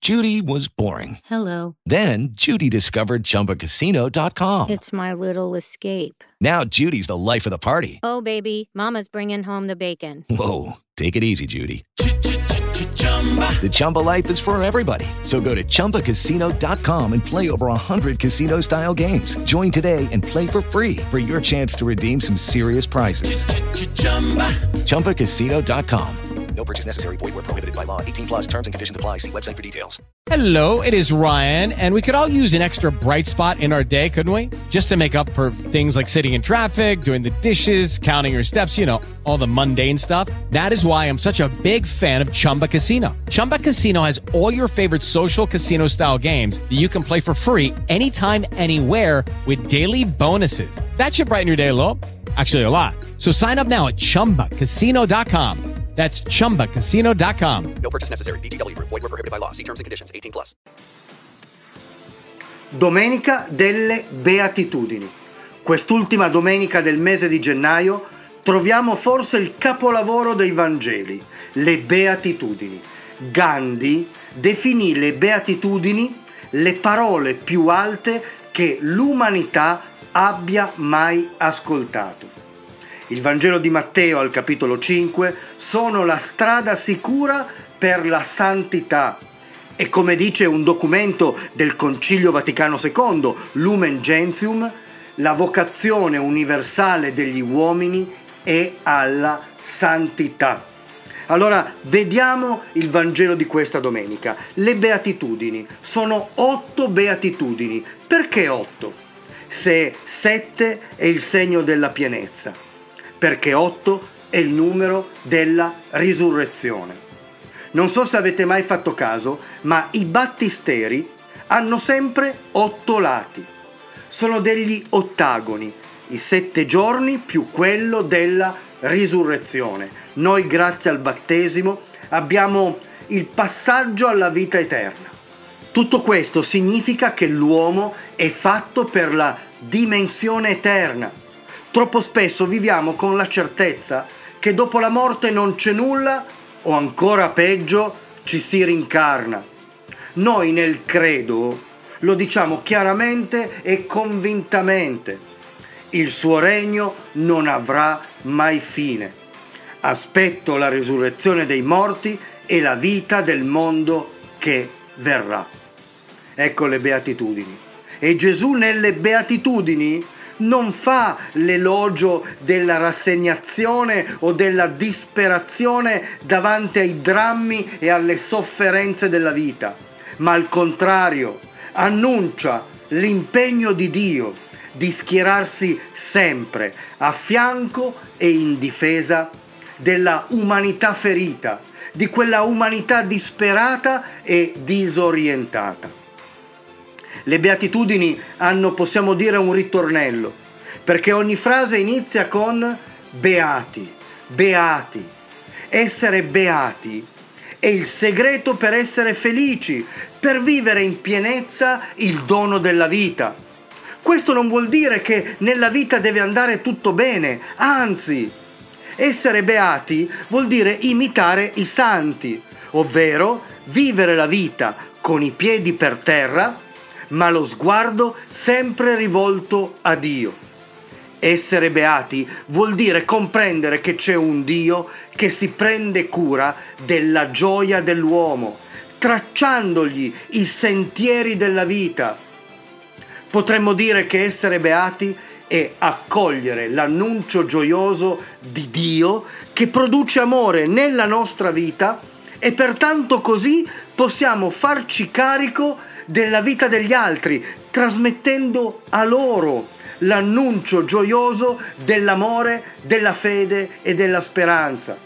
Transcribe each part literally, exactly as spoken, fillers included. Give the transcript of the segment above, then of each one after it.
Judy was boring. Hello. Then Judy discovered Chumba Casino dot com. It's my little escape. Now Judy's the life of the party. Oh, baby, mama's bringing home the bacon. Whoa, take it easy, Judy. The Chumba life is for everybody. So go to Chumba Casino dot com and play over one hundred casino-style games. Join today and play for free for your chance to redeem some serious prizes. Chumba Casino dot com. No purchase necessary. Void where prohibited by law. eighteen plus terms and conditions apply. See website for details. Hello, it is Ryan, and we could all use an extra bright spot in our day, couldn't we? Just to make up for things like sitting in traffic, doing the dishes, counting your steps, you know, all the mundane stuff. That is why I'm such a big fan of Chumba Casino. Chumba Casino has all your favorite social casino-style games that you can play for free anytime, anywhere with daily bonuses. That should brighten your day a little. Actually, a lot. So sign up now at Chumba Casino dot com. That's Chumba Casino dot com. No purchase necessary. V G W Group. Void where prohibited by law. See terms and conditions. eighteen plus. Domenica delle Beatitudini. Quest'ultima domenica del mese di gennaio troviamo forse il capolavoro dei Vangeli, le Beatitudini. Gandhi definì le Beatitudini le parole più alte che l'umanità abbia mai ascoltato. Il Vangelo di Matteo al capitolo cinque sono la strada sicura per la santità e, come dice un documento del Concilio Vaticano secondo, Lumen Gentium, la vocazione universale degli uomini è alla santità. Allora vediamo il Vangelo di questa domenica. Le beatitudini sono otto beatitudini. Perché otto? Se sette è il segno della pienezza. Perché otto è il numero della risurrezione. Non so se avete mai fatto caso, ma i battisteri hanno sempre otto lati. Sono degli ottagoni, i sette giorni più quello della risurrezione. Noi, grazie al battesimo, abbiamo il passaggio alla vita eterna. Tutto questo significa che l'uomo è fatto per la dimensione eterna. Troppo spesso viviamo con la certezza che dopo la morte non c'è nulla o, ancora peggio, ci si rincarna. Noi nel credo lo diciamo chiaramente e convintamente: il suo regno non avrà mai fine. Aspetto la risurrezione dei morti e la vita del mondo che verrà. Ecco le beatitudini. E Gesù nelle beatitudini non fa l'elogio della rassegnazione o della disperazione davanti ai drammi e alle sofferenze della vita, ma al contrario annuncia l'impegno di Dio di schierarsi sempre a fianco e in difesa della umanità ferita, di quella umanità disperata e disorientata. Le beatitudini hanno, possiamo dire, un ritornello, perché ogni frase inizia con beati, beati. Essere beati è il segreto per essere felici, per vivere in pienezza il dono della vita. Questo non vuol dire che nella vita deve andare tutto bene, anzi, essere beati vuol dire imitare i santi, ovvero vivere la vita con i piedi per terra, ma lo sguardo sempre rivolto a Dio. Essere beati vuol dire comprendere che c'è un Dio che si prende cura della gioia dell'uomo, tracciandogli i sentieri della vita. Potremmo dire che essere beati è accogliere l'annuncio gioioso di Dio che produce amore nella nostra vita e pertanto così possiamo farci carico della vita degli altri, trasmettendo a loro l'annuncio gioioso dell'amore, della fede e della speranza.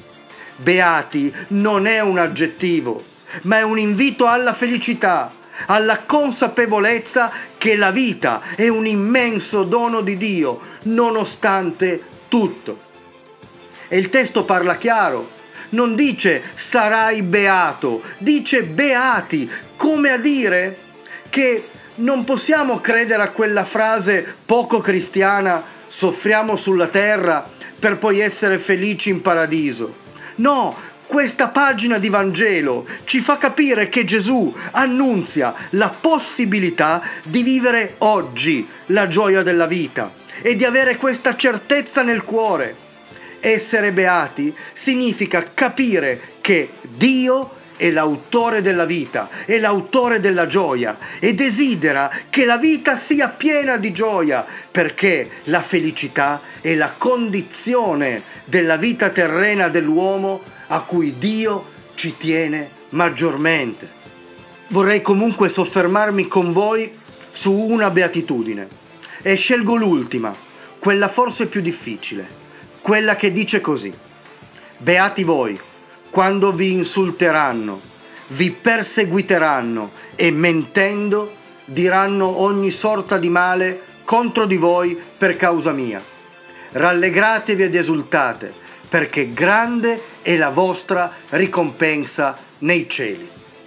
Beati non è un aggettivo, ma è un invito alla felicità, alla consapevolezza che la vita è un immenso dono di Dio, nonostante tutto. E il testo parla chiaro. Non dice sarai beato, dice beati, come a dire che non possiamo credere a quella frase poco cristiana: soffriamo sulla terra per poi essere felici in paradiso. No, Questa pagina di Vangelo ci fa capire che Gesù annunzia la possibilità di vivere oggi la gioia della vita e di avere questa certezza nel cuore. Essere beati significa capire che Dio è l'autore della vita, è l'autore della gioia e desidera che la vita sia piena di gioia, perché la felicità è la condizione della vita terrena dell'uomo a cui Dio ci tiene maggiormente. Vorrei comunque soffermarmi con voi su una beatitudine e scelgo l'ultima, quella forse più difficile, quella che dice così: beati voi quando vi insulteranno, vi perseguiteranno e mentendo diranno ogni sorta di male contro di voi per causa mia. Rallegratevi ed esultate, perché grande è la vostra ricompensa nei cieli.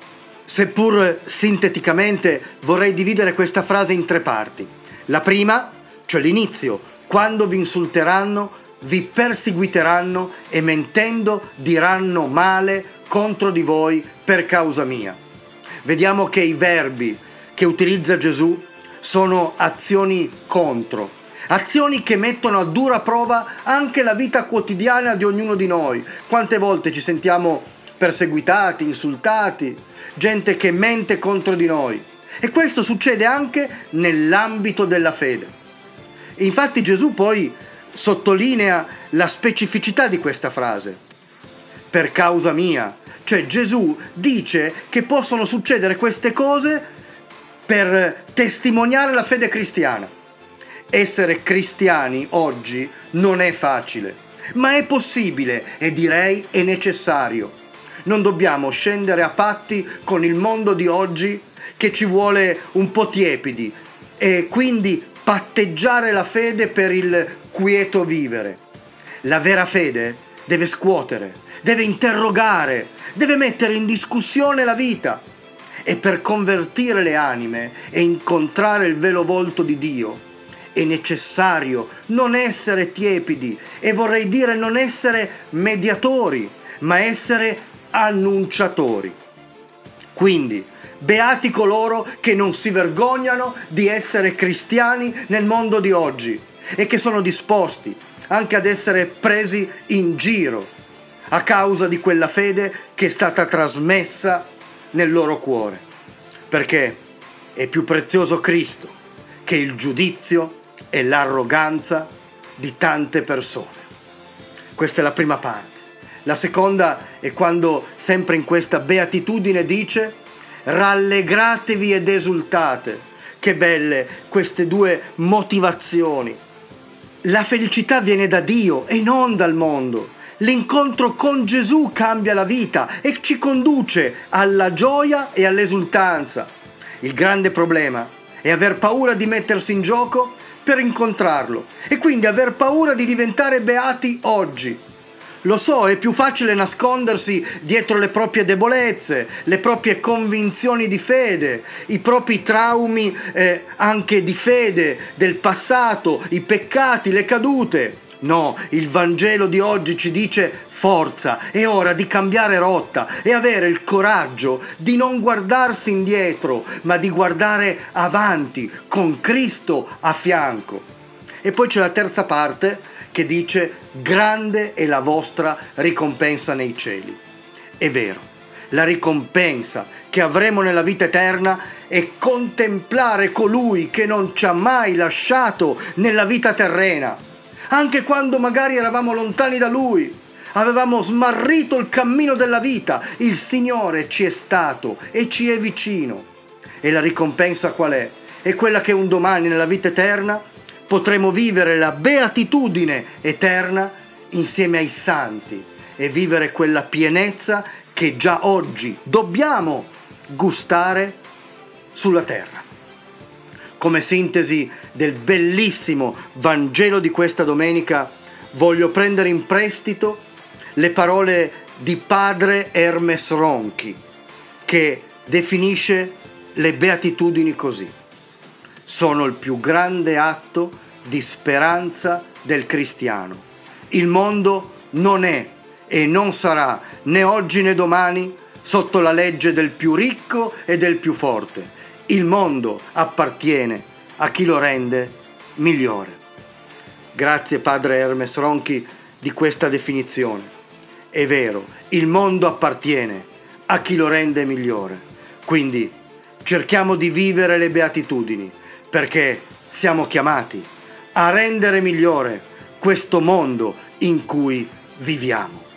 Seppur sinteticamente vorrei dividere questa frase in tre parti. La prima, cioè l'inizio: quando vi insulteranno, vi perseguiteranno e mentendo diranno male contro di voi per causa mia. Vediamo che i verbi che utilizza Gesù sono azioni contro, azioni che mettono a dura prova anche la vita quotidiana di ognuno di noi. Quante volte ci sentiamo perseguitati, insultati, gente che mente contro di noi. E questo succede anche nell'ambito della fede. Infatti Gesù poi sottolinea la specificità di questa frase: per causa mia. Cioè Gesù dice che possono succedere queste cose per testimoniare la fede cristiana. Essere cristiani oggi non è facile, ma è possibile e direi è necessario. Non dobbiamo scendere a patti con il mondo di oggi che ci vuole un po' tiepidi e quindi patteggiare la fede per il quieto vivere. La vera fede deve scuotere, deve interrogare, deve mettere in discussione la vita. E per convertire le anime e incontrare il vero volto di Dio è necessario non essere tiepidi e vorrei dire non essere mediatori, ma essere annunciatori. Quindi, beati coloro che non si vergognano di essere cristiani nel mondo di oggi e che sono disposti anche ad essere presi in giro a causa di quella fede che è stata trasmessa nel loro cuore, perché è più prezioso Cristo che il giudizio e l'arroganza di tante persone. Questa è la prima parte. La seconda è quando, sempre in questa beatitudine, dice: rallegratevi ed esultate. Che belle queste due motivazioni. La felicità viene da Dio e non dal mondo. L'incontro con Gesù cambia la vita e ci conduce alla gioia e all'esultanza. Il grande problema è aver paura di mettersi in gioco per incontrarlo e quindi aver paura di diventare beati oggi. Lo so, è più facile nascondersi dietro le proprie debolezze, le proprie convinzioni di fede, i propri traumi eh, anche di fede del passato, i peccati, le cadute. No, il Vangelo di oggi ci dice: forza, è ora di cambiare rotta e avere il coraggio di non guardarsi indietro, ma di guardare avanti con Cristo a fianco. E poi c'è la terza parte che dice: grande è la vostra ricompensa nei cieli. È vero, la ricompensa che avremo nella vita eterna è contemplare colui che non ci ha mai lasciato nella vita terrena. Anche quando magari eravamo lontani da Lui, avevamo smarrito il cammino della vita, il Signore ci è stato e ci è vicino. E la ricompensa qual è? È quella che un domani nella vita eterna potremo vivere la beatitudine eterna insieme ai santi e vivere quella pienezza che già oggi dobbiamo gustare sulla terra. Come sintesi del bellissimo Vangelo di questa domenica, voglio prendere in prestito le parole di padre Hermes Ronchi, che definisce le beatitudini così: sono il più grande atto di speranza del cristiano. Il mondo non è e non sarà né oggi né domani sotto la legge del più ricco e del più forte. Il mondo appartiene a chi lo rende migliore. Grazie padre Hermes Ronchi di questa definizione. È vero, il mondo appartiene a chi lo rende migliore. Quindi cerchiamo di vivere le beatitudini, perché siamo chiamati a rendere migliore questo mondo in cui viviamo.